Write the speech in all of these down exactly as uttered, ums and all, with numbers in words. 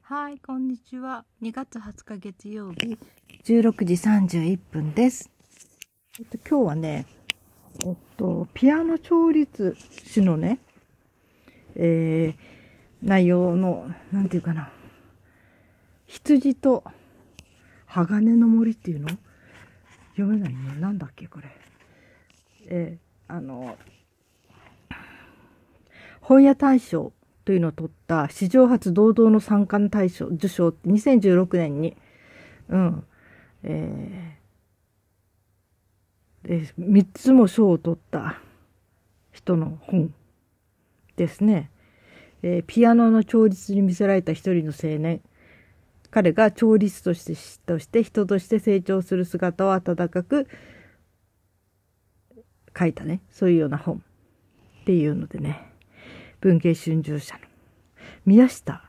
はい、こんにちは。にがつはつか月曜日、じゅうろくじさんじゅういっぷんです。えっと、今日はね、えっと、ピアノ調律師のね、えー、内容の、なんていうかな、羊と鋼の森っていうの読めないね。なんだっけ、これ。えー、あの、本屋大賞というのを取った史上初堂々の三冠大賞、受賞ってにせんじゅうろくねんに、うん、えー、でみっつも賞を取った人の本ですね。えー、ピアノの調律に魅せられた一人の青年。彼が調律として、として人として成長する姿を温かく書いたね。そういうような本っていうのでね。文藝春秋社の宮下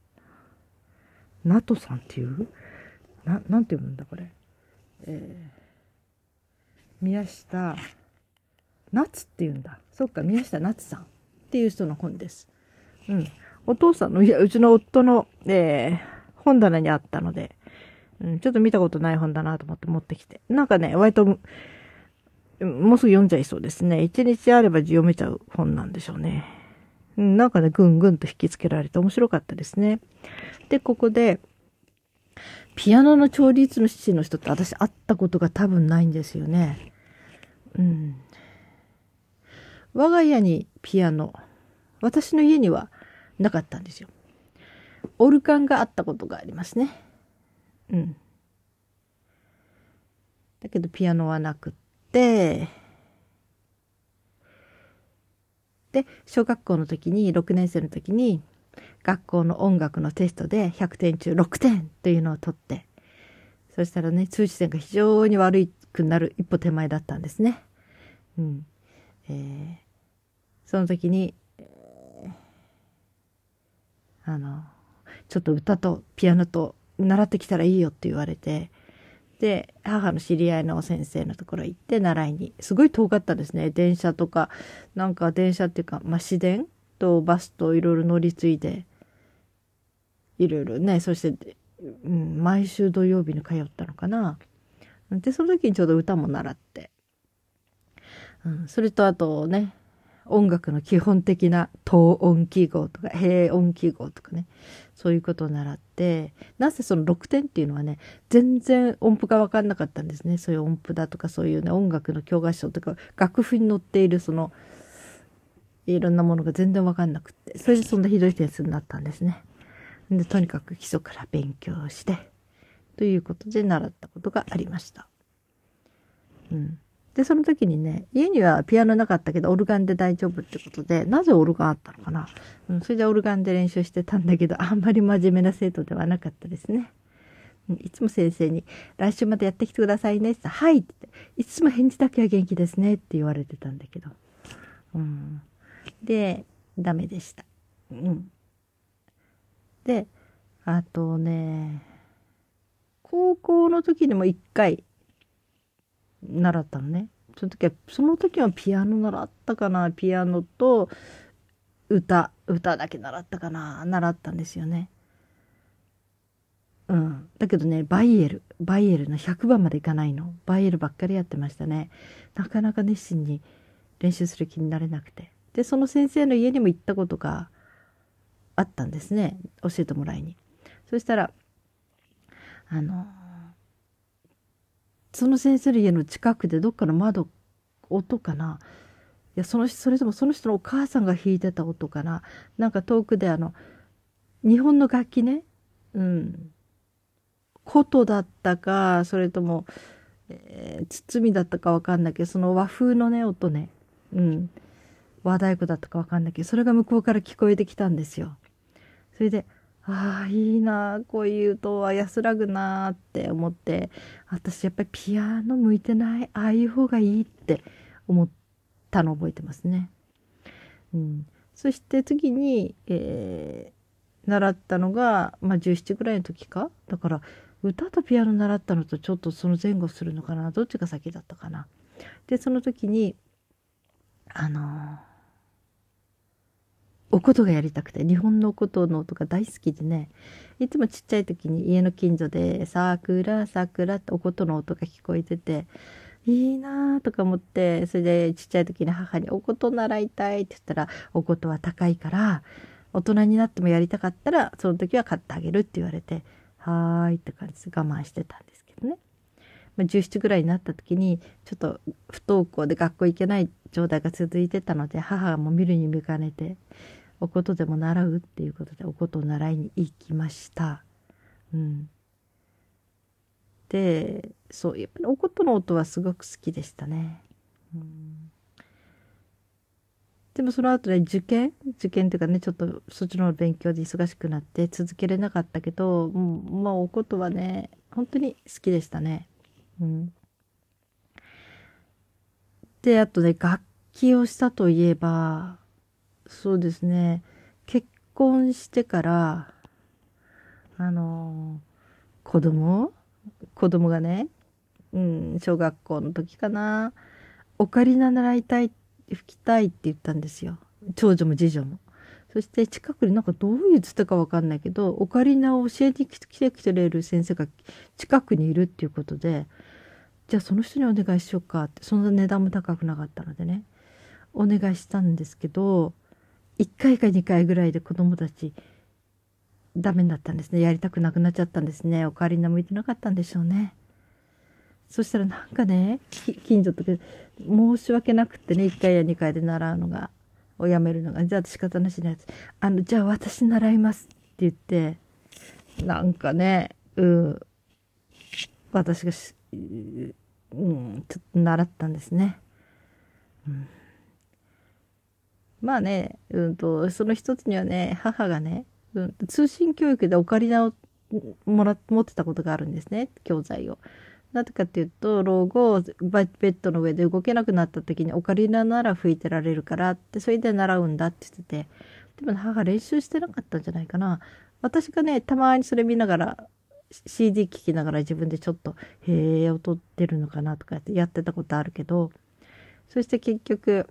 なとさんっていうな、なんて読むんだこれ。えー、宮下夏っていうんだ。そっか、宮下夏さんっていう人の本です。うん。お父さんの、いや、うちの夫の、えー、本棚にあったので、うん、ちょっと見たことない本だなと思って持ってきて。なんかね、割と、もうすぐ読んじゃいそうですね。一日あれば読めちゃう本なんでしょうね。うん、なんかね、ぐんぐんと引きつけられて面白かったですね。で、ここで、ピアノの調律の師の人って私会ったことが多分ないんですよね。うん。我が家にピアノ、私の家にはなかったんですよ。オルガンがあったことがありますね。うん。だけどピアノはなくって、で、小学校の時に、ろくねん生の時に、学校の音楽のテストでひゃくてん中ろくてんというのを取って、そしたらね、通知点が非常に悪くなる一歩手前だったんですね。うん。えー、その時に、えー、あの、ちょっと歌とピアノと習ってきたらいいよって言われて、で、母の知り合いの先生のところ行って習いに、すごい遠かったですね。電車とか、なんか電車っていうか、まあ、市電とバスといろいろ乗り継いで、いろいろね、そして、うん、毎週土曜日に通ったのかな。で、その時にちょうど歌も習って、うん、それとあとね、音楽の基本的な等音記号とか平音記号とかね、そういうことを習って、なぜそのろくてんっていうのはね、全然音符が分かんなかったんですね。そういう音符だとかそういうね、音楽の教科書とか楽譜に載っているそのいろんなものが全然分かんなくって、それでそんなひどい点数になったんですね。で、とにかく基礎から勉強してということで習ったことがありました。うん。で、その時にね、家にはピアノなかったけど、オルガンで大丈夫ってことで、なぜオルガンあったのかな。うん、それでオルガンで練習してたんだけど、あんまり真面目な生徒ではなかったですね。うん、いつも先生に、来週までやってきてくださいねって、はいって言って、いつも返事だけは元気ですねって言われてたんだけど。うん。で、ダメでした。うん。で、あとね、高校の時にも一回、習ったのね。その時は、その時はピアノ習ったかな。ピアノと歌、歌だけ習ったかな。習ったんですよね。うん。だけどね、バイエル、バイエルのひゃくばんまでいかないの。バイエルばっかりやってましたね。なかなか熱心に練習する気になれなくて。で、その先生の家にも行ったことがあったんですね。教えてもらいに。そしたら、あの、その先生の家の近くでどっかの窓、音かな。いや、その、それともその人のお母さんが弾いてた音かな。なんか遠くであの、日本の楽器ね。うん。琴だったか、それとも、えー、包みだったかわかんないけど、その和風のね、音ね。うん。和太鼓だったかわかんないけど、それが向こうから聞こえてきたんですよ。それで、ああ、いいな、こういう音は安らぐなって思って、私やっぱりピアノ向いてない、ああいう方がいいって思ったのを覚えてますね。うん、そして次に、えー、習ったのが、まあ、じゅうななぐらいの時か。だから歌とピアノ習ったのとちょっとその前後するのかな。どっちが先だったかな。でその時にあのー、 お琴がやりたくて、日本のお琴の音が大好きでね、いつもちっちゃい時に家の近所で、桜、桜ってお琴の音が聞こえてて、いいなーとか思って、それでちっちゃい時に母にお琴習いたいって言ったら、お琴は高いから、大人になってもやりたかったら、その時は買ってあげるって言われて、はーいって感じで我慢してたんですけどね。まあ、じゅうななぐらいになった時に、ちょっと不登校で学校行けない状態が続いてたので、母も見るに見かねて、お琴でも習うっていうことで、お琴を習いに行きました。うん。で、そう、やっぱりお琴の音はすごく好きでしたね。うん、でもその後ね、受験受験っていうかね、ちょっとそっちの勉強で忙しくなって続けれなかったけど、うん、まあお琴はね、本当に好きでしたね。うん。で、あとね、楽器をしたといえば、そうですね、結婚してから、あの、子供子供がね、うん、小学校の時かな、オカリナ習いたい、吹きたいって言ったんですよ。長女も次女も。そして近くになんかどう言ってたかわかんないけど、オカリナを教えてきてくれる先生が近くにいるっていうことで、じゃあその人にお願いしようかって、そんな値段も高くなかったのでね、お願いしたんですけど、いっかいかにかいぐらいで子供たちダメになったんですね。やりたくなくなっちゃったんですね。オカリナ向いてなかったんでしょうね。そしたらなんかね、近所とか申し訳なくってね、いっかいやにかいで習うのが、をやめるのが、じゃあ仕方なしのやつ。あの、じゃあ私習いますって言って、なんかね、うん、私がし、うん、ちょっと習ったんですね。うん、まあね、うんと、その一つにはね、母がね、うん、通信教育でオカリナをもら持ってたことがあるんですね、教材を。なぜかっていうと、老後、ベッドの上で動けなくなった時にオカリナなら吹いてられるからって、それで習うんだって言ってて、でも母練習してなかったんじゃないかな。私がね、たまにそれ見ながら、シーディー 聴きながら自分でちょっと、へえ、音出るのかなとかってやってたことあるけど、そして結局、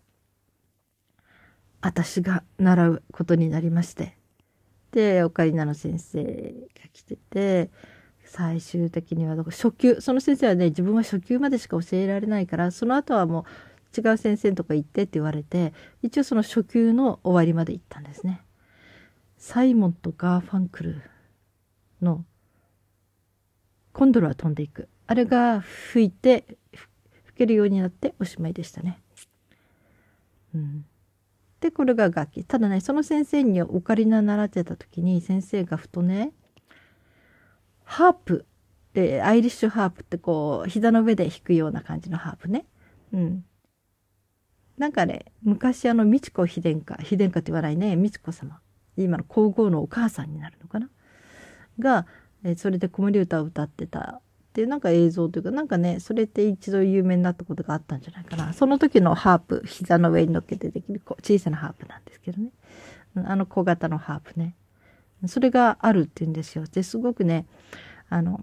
私が習うことになりまして。で、オカリナの先生が来てて、最終的には初級、その先生はね、自分は初級までしか教えられないから、その後はもう違う先生のとこ行ってって言われて、一応その初級の終わりまで行ったんですね。サイモンとガーファンクルのコンドルは飛んでいく。あれが吹いて、吹けるようになっておしまいでしたね。うん。で、これが楽器。ただね、その先生にオカリナ習ってた時に、先生がふとね、ハープで、アイリッシュハープってこう、膝の上で弾くような感じのハープね。うん。なんかね、昔あの、美智子妃殿下、妃殿下って言わないね、美智子様。今の皇后のお母さんになるのかなが、えそれで子守歌を歌ってたっていうなんか映像というか、なんかね、それって一度有名になったことがあったんじゃないかな。その時のハープ、膝の上に乗っけてできる小さなハープなんですけどね。あの小型のハープね。それがあるって言うんですよ。で、すごくね、あの、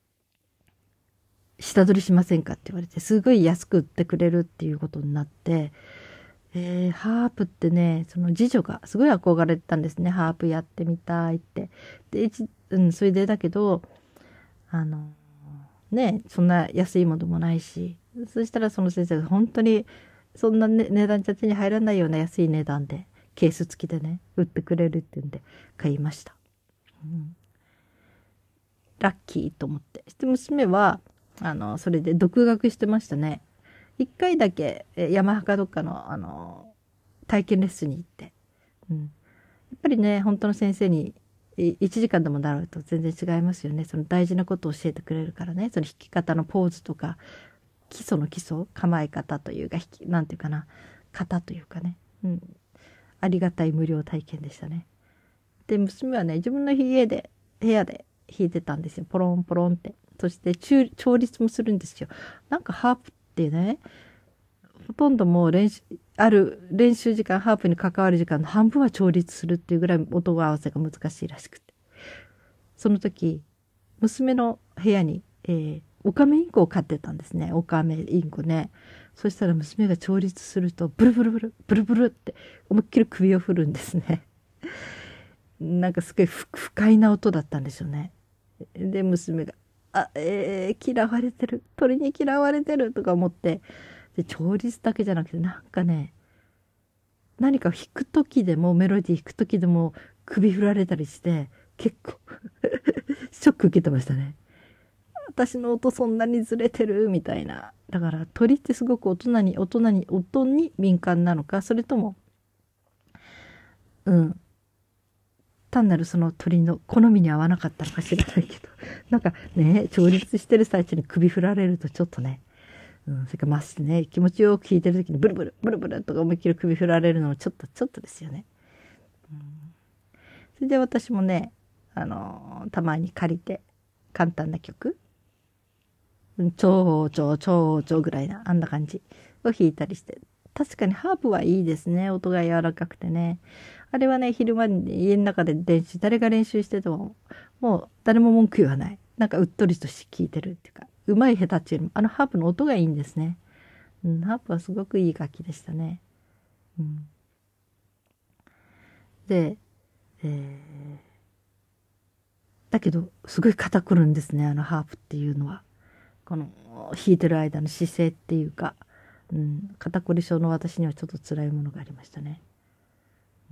下取りしませんかって言われて、すごい安く売ってくれるっていうことになって、えー、ハープってね、その次女がすごい憧れてたんですね。ハープやってみたいって。で、うん、それでだけど、あの、ね、そんな安いものもないし、そしたらその先生が本当に、そんな、ね、値段じゃ手に入らないような安い値段で、ケース付きでね、売ってくれるっていうんで、買いました。うん、ラッキーと思って。そして娘は、あの、それで独学してましたね。一回だけ、ヤマハかどっかの、あの、体験レッスンに行って。うん。やっぱりね、本当の先生に、いちじかんでも習うと全然違いますよね。その大事なことを教えてくれるからね。その弾き方のポーズとか、基礎の基礎、構え方というか、弾き、なんていうかな、型というかね。うん。ありがたい無料体験でしたね。で、娘はね、自分の家で、部屋で弾いてたんですよ。ポロンポロンって。そして調律もするんですよ。なんかハープってね、ほとんどもう練習、ある練習時間、ハープに関わる時間の半分は調律するっていうぐらい音合わせが難しいらしくて。その時、娘の部屋に、えー、オカメインコを飼ってたんですね。オカメインコね。そしたら娘が調律すると、ブルブルブル、ブルブルって思いっきり首を振るんですね。 なんかすごい不不快な音だったんでしょうね。で、娘が、あ、えー、嫌われてる。鳥に嫌われてるとか思って、で、調律だけじゃなくて、なんかね、何か弾く時でも、メロディー弾く時でも、首振られたりして、結構ショック受けてましたね。私の音そんなにずれてるみたいな。だから鳥ってすごく大人に、大人に、音に敏感なのか、それとも、うん、単なるその鳥の好みに合わなかったのか知らないけど、なんかね、調律してる最中に首振られるとちょっとね、うん、それからましてね、気持ちよく弾いてる時にブルブル、ブルブルとか思いっきり首振られるのもちょっと、ちょっとですよね。うん、それで私もね、あのーたまに借りて、簡単な曲、超超超超ぐらいな、あんな感じを弾いたりして。確かにハープはいいですね。音が柔らかくてね。あれはね、昼間に家の中で練習、誰が練習してても、もう誰も文句言わない。なんかうっとりとして聴いてるっていうか、うまい下手っていうよりも、あのハープの音がいいんですね。うん、ハープはすごくいい楽器でしたね。うん、で、えー、だけど、すごい肩くるんですね、あのハープっていうのは。この弾いてる間の姿勢っていうか、うん、肩こり症の私にはちょっと辛いものがありましたね。うん、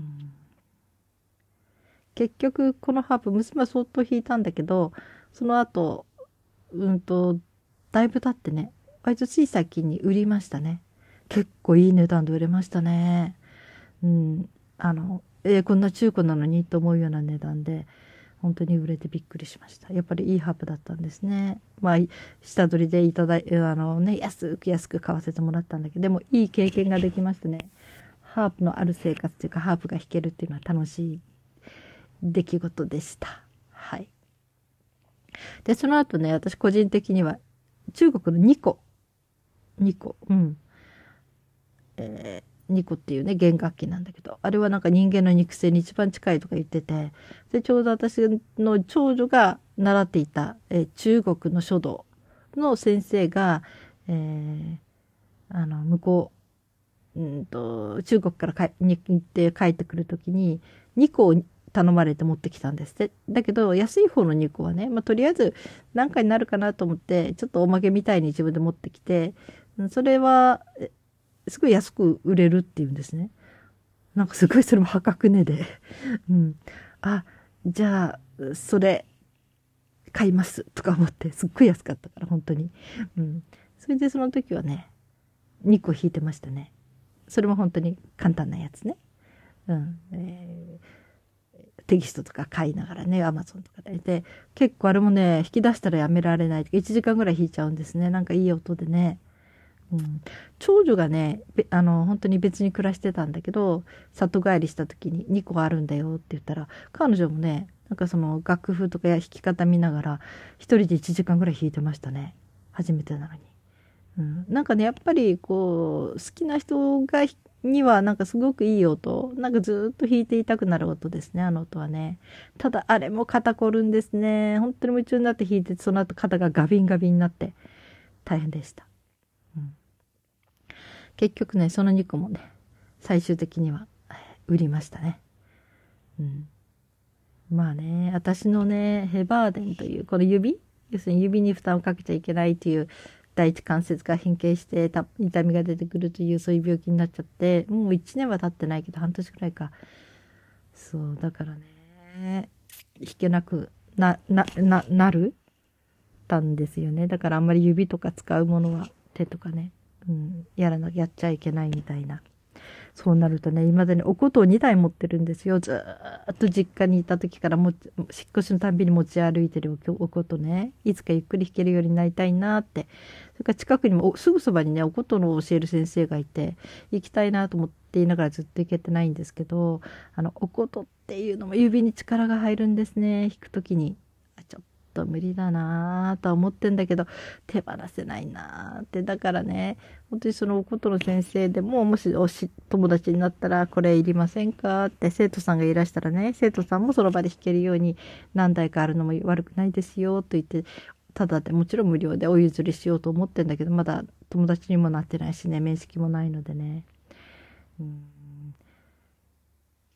結局このハープ娘は相当弾いたんだけど、その後うんとだいぶ経ってね、割とつい最近に売りましたね。結構いい値段で売れましたね。うん、あのえー、こんな中古なのにと思うような値段で本当に売れてびっくりしました。やっぱりいいハープだったんですね。まあ下取りでいただいあのね、安く安く買わせてもらったんだけど、でもいい経験ができましたね。ハープのある生活というか、ハープが弾けるっていうのは楽しい出来事でした。はい。で、その後ね、私個人的には中国のニコ、ニコ、うん。えー、ニコっていうね、弦楽器なんだけど、あれはなんか人間の肉声に一番近いとか言ってて、で、ちょうど私の長女が習っていた、えー、中国の書道の先生が、えー、あの、向こう、うんと、中国からかに行って帰ってくるときに、ニコを頼まれて持ってきたんですって。だけど、安い方のニコはね、まあ、とりあえず何かになるかなと思って、ちょっとおまけみたいに自分で持ってきて、それは、すごい安く売れるっていうんですね。なんかすごいそれも破格値で。うん。あ、じゃあ、それ、買いますとか思って、すっごい安かったから、本当に。うん。それでその時はね、にこ引いてましたね。それも本当に簡単なやつね。うん。えー、テキストとか買いながらね、アマゾンとかで。で、結構あれもね、引き出したらやめられない。いちじかんぐらい弾いちゃうんですね。なんかいい音でね。うん、長女がね、あの本当に別に暮らしてたんだけど、里帰りした時ににこあるんだよって言ったら、彼女もね、なんかその楽譜とか弾き方見ながら一人でいちじかんぐらい弾いてましたね。初めてなのに。うん、なんかね、やっぱりこう好きな人がにはなんかすごくいい音、なんかずっと弾いていたくなる音ですね、あの音はね。ただあれも肩こるんですね。本当に夢中になって弾いて、その後肩がガビンガビンになって大変でした。うん、結局ね、そのにこもね、最終的には売りましたね。うん。まあね、私のね、ヘバーデンという、この指、要するに指に負担をかけちゃいけないという第一関節が変形して痛みが出てくるというそういう病気になっちゃって、もういちねんは経ってないけど半年くらいか。そう、だからね、弾けなくな、な、な、なるたんですよね。だからあんまり指とか使うものは手とかね、うん、やらな、やっちゃいけないみたいな。そうなるとね、未だにお琴をにだい持ってるんですよ。ずーっと実家にいた時からも引っ越しのたんびに持ち歩いてるお琴ね。いつかゆっくり弾けるようになりたいなって。それから近くにもすぐそばにね、お琴の教える先生がいて、行きたいなと思って言いながらずっと行けてないんですけど、あの、お琴っていうのも指に力が入るんですね。弾く時に。ちょっと無理だなぁとは思ってんだけど、手放せないなぁって。だからね、本当にそのお琴の先生でも、もしおし友達になったらこれいりませんかって生徒さんがいらしたらね、生徒さんもその場で弾けるように何台かあるのも悪くないですよと言って、ただでもちろん無料でお譲りしようと思ってんだけど、まだ友達にもなってないしね、面識もないのでね。うん、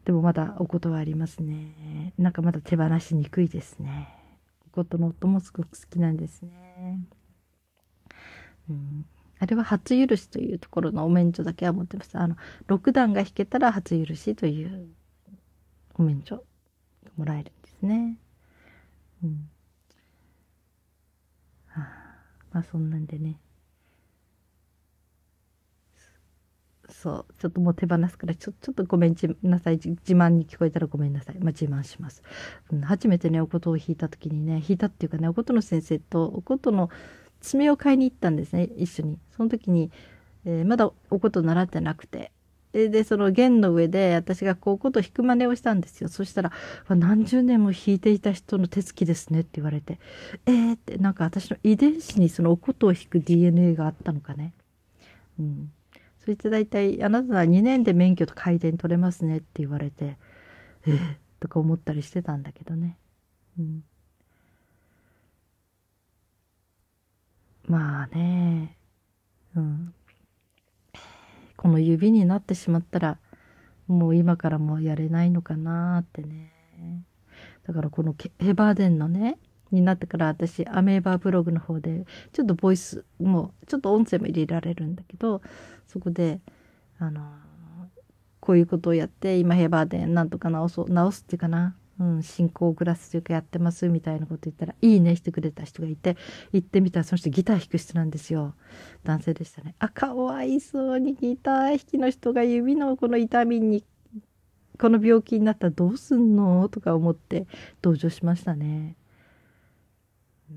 でもまだお琴はありますね。なんかまだ手放しにくいですね。お琴の音もすごく好きなんですね。うん、あれは初許しというところのお免除だけは持ってます。あの、ろく段が弾けたら初許しというお免除がもらえるんですね。うん。はあ、まあそんなんでね。そう、ちょっともう手放すから、ちょ、ちょっとごめんなさい。自慢に聞こえたらごめんなさい。まあ自慢します。うん、初めてね、お琴を弾いた時にね、弾いたっていうかね、お琴の先生とお琴の爪を買いに行ったんですね、一緒に。その時に、えーまだお琴習ってなくて。で、でその弦の上で私がこうお琴弾く真似をしたんですよ。そしたら、何十年も弾いていた人の手つきですねって言われて、えーって、なんか私の遺伝子にそのお琴を弾く ディーエヌエー があったのかね。うん。そいつ大体、あなたはにねんで免許と回転取れますねって言われて、えー、とか思ったりしてたんだけどね。うん。まあね、うん。この指になってしまったら、もう今からもうやれないのかなってね。だからこのヘバーデンのね、になってから私、アメーバーブログの方で、ちょっとボイスも、ちょっと音声も入れられるんだけど、そこで、あの、こういうことをやって、今ヘバーデンなんとか直そう、直すっていうかな。うん、進行グラスというかやってますみたいなこと言ったら、いいねしてくれた人がいて、行ってみたらその人ギター弾く人なんですよ。男性でしたね。あ、かわいそうにギター弾きの人が指のこの痛みに、この病気になったらどうすんのとか思って同情しましたね。うん、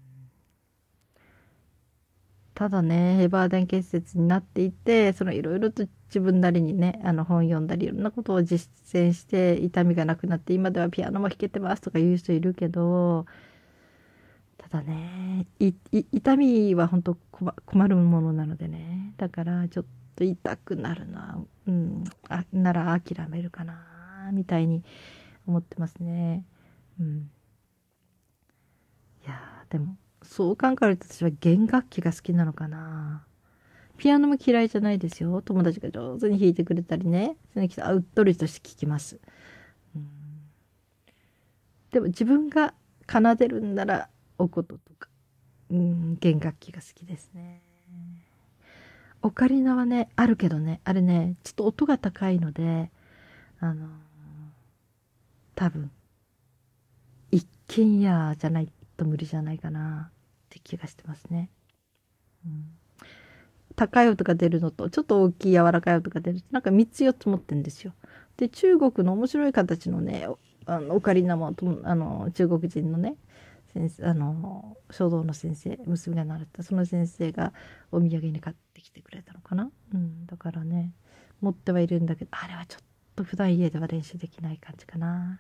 ただね、ヘバーデン結節になっていて、そのいろいろと自分なりにね、あの本読んだりいろんなことを実践して痛みがなくなって、今ではピアノも弾けてますとか言う人いるけど、ただね、いい痛みは本当困困るものなのでね。だからちょっと痛くなるな、うん、あ、なら諦めるかな、みたいに思ってますね。うん。いやー、でも、そう考えると私は弦楽器が好きなのかな。ピアノも嫌いじゃないですよ。友達が上手に弾いてくれたりね。それに来たらうっとりとして聴きます。うん、でも自分が奏でるんなら、お琴とか、うん、弦楽器が好きですね。オカリナはね、あるけどね、あれね、ちょっと音が高いので、あのー多分、一軒家じゃないと無理じゃないかなって気がしてますね。うん、高い音が出るのと、ちょっと大きい柔らかい音が出る。なんかみっつよっつ持ってるんですよ。で、中国の面白い形のね、あのオカリナも、あの、中国人のね、先生、あの、書道の先生、娘が習った、その先生がお土産に買ってきてくれたのかな。うん、だからね、持ってはいるんだけど、あれはちょっと普段家では練習できない感じかな。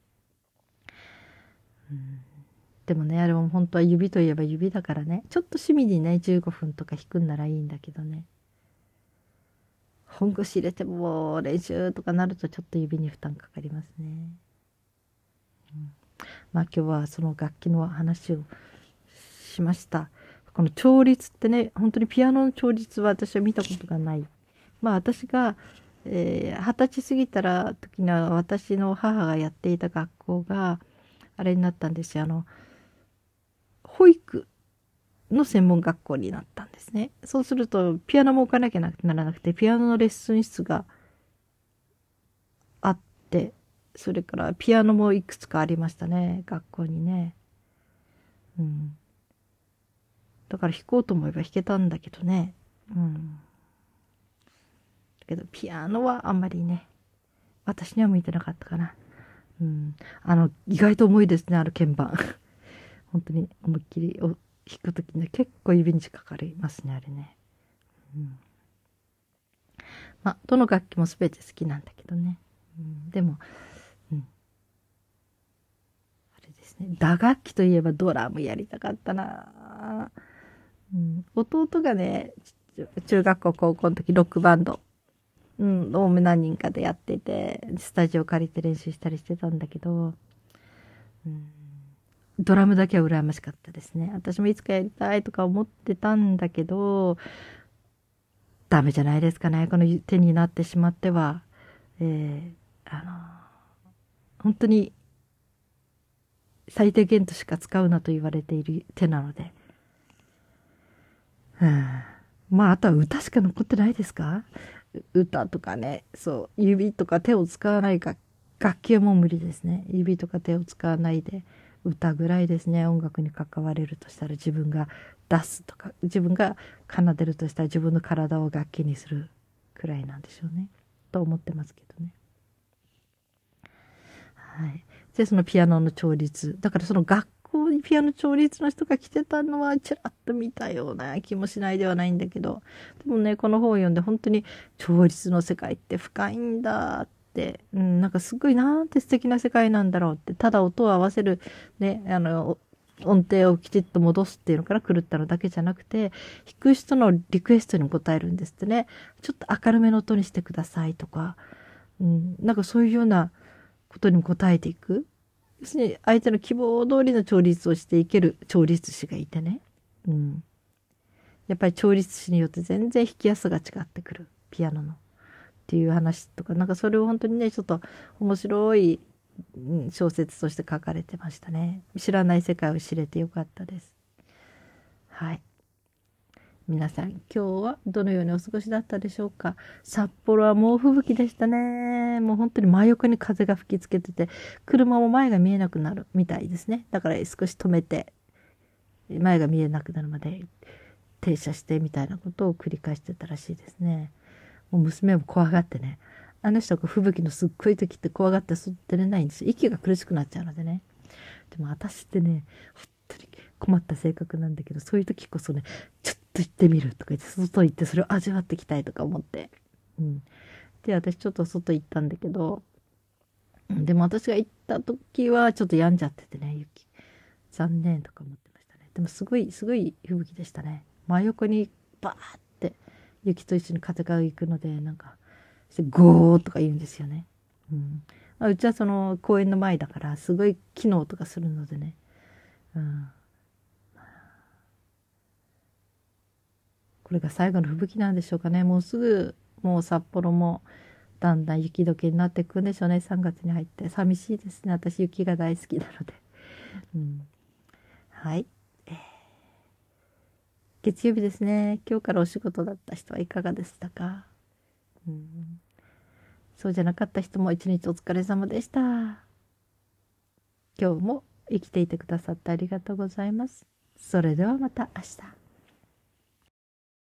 うん、でもね、あれも本当は指といえば指だからね、ちょっと趣味にね、じゅうごふんとか弾くんならいいんだけどね。本腰入れても練習とかなるとちょっと指に負担かかりますね。うん、まあ今日はその楽器の話をしました。この調律ってね、本当にピアノの調律は私は見たことがない。まあ私が、えー、はたち過ぎたら時には私の母がやっていた学校があれになったんですよ。あの、保育の専門学校になったんですね。そうするとピアノも置かなきゃならなくて、ピアノのレッスン室があって、それからピアノもいくつかありましたね、学校にね。うん。だから弾こうと思えば弾けたんだけどね。うん。だけどピアノはあんまりね、私には向いてなかったかな。うん。あの、意外と重いですね、ある鍵盤。本当に思いっきり弾くときね、結構指にかかりますね、あれね。うん。まあ、どの楽器も全て好きなんだけどね。うん、でも、うん。あれですね。打楽器といえばドラムやりたかったな。うん、弟がね、中学校、高校の時ロックバンド、うん、多め何人かでやってて、スタジオ借りて練習したりしてたんだけど、うん、ドラムだけは羨ましかったですね。私もいつかやりたいとか思ってたんだけど、ダメじゃないですかね。この手になってしまっては、えー、 あの、本当に最低限としか使うなと言われている手なので。はあ、まあ、あとは歌しか残ってないですか？歌とかね、そう、指とか手を使わないか、楽器はもう無理ですね。指とか手を使わないで、歌ぐらいですね。音楽に関われるとしたら自分が出すとか、自分が奏でるとしたら自分の体を楽器にするくらいなんでしょうね。と思ってますけどね。はい。で、そのピアノの調律。だからその学校にピアノ調律の人が来てたのはちらっと見たような気もしないではないんだけど、でもね、この本を読んで本当に調律の世界って深いんだって、うん、なんかすごいなんて素敵な世界なんだろうって、ただ音を合わせる、ね、あの、音程をきちっと戻すっていうのから狂ったのだけじゃなくて、弾く人のリクエストに応えるんですってね。ちょっと明るめの音にしてくださいとか、うん、なんかそういうようなことにも応えていく。要するに相手の希望通りの調律をしていける調律師がいてね。うん。やっぱり調律師によって全然弾きやすさが違ってくる。ピアノの。っていう話とか、なんかそれを本当にね、ちょっと面白い小説として書かれてましたね。知らない世界を知れてよかったです。はい。皆さん、今日はどのようにお過ごしだったでしょうか。札幌は猛吹雪でしたね。もう本当に真横に風が吹きつけてて、車も前が見えなくなるみたいですね。だから少し止めて、前が見えなくなるまで停車してみたいなことを繰り返してたらしいですね。もう娘も怖がってね。あの人が吹雪のすっごい時って怖がって外出れないんですよ。息が苦しくなっちゃうのでね。でも私ってね、本当に困った性格なんだけど、そういう時こそね、ちょっと行ってみるとか言って、外行ってそれを味わっていきたいとか思って。うん。で、私ちょっと外行ったんだけど、うん、でも私が行った時はちょっと病んじゃっててね、雪。残念とか思ってましたね。でもすごい、すごい吹雪でしたね。真横にバーって雪と一緒に風が行くので、なんか、ゴーとか言うんですよね。うん。まあ、うちはその公園の前だから、すごい木の音がするのでね。うん。これが最後の吹雪なんでしょうかね。もうすぐ、もう札幌もだんだん雪解けになっていくんでしょうね。さんがつに入って。寂しいですね。私雪が大好きなので。うん、はい。えー月曜日ですね。今日からお仕事だった人はいかがでしたか？うん、そうじゃなかった人も一日お疲れ様でした。今日も生きていてくださってありがとうございます。それではまた明日。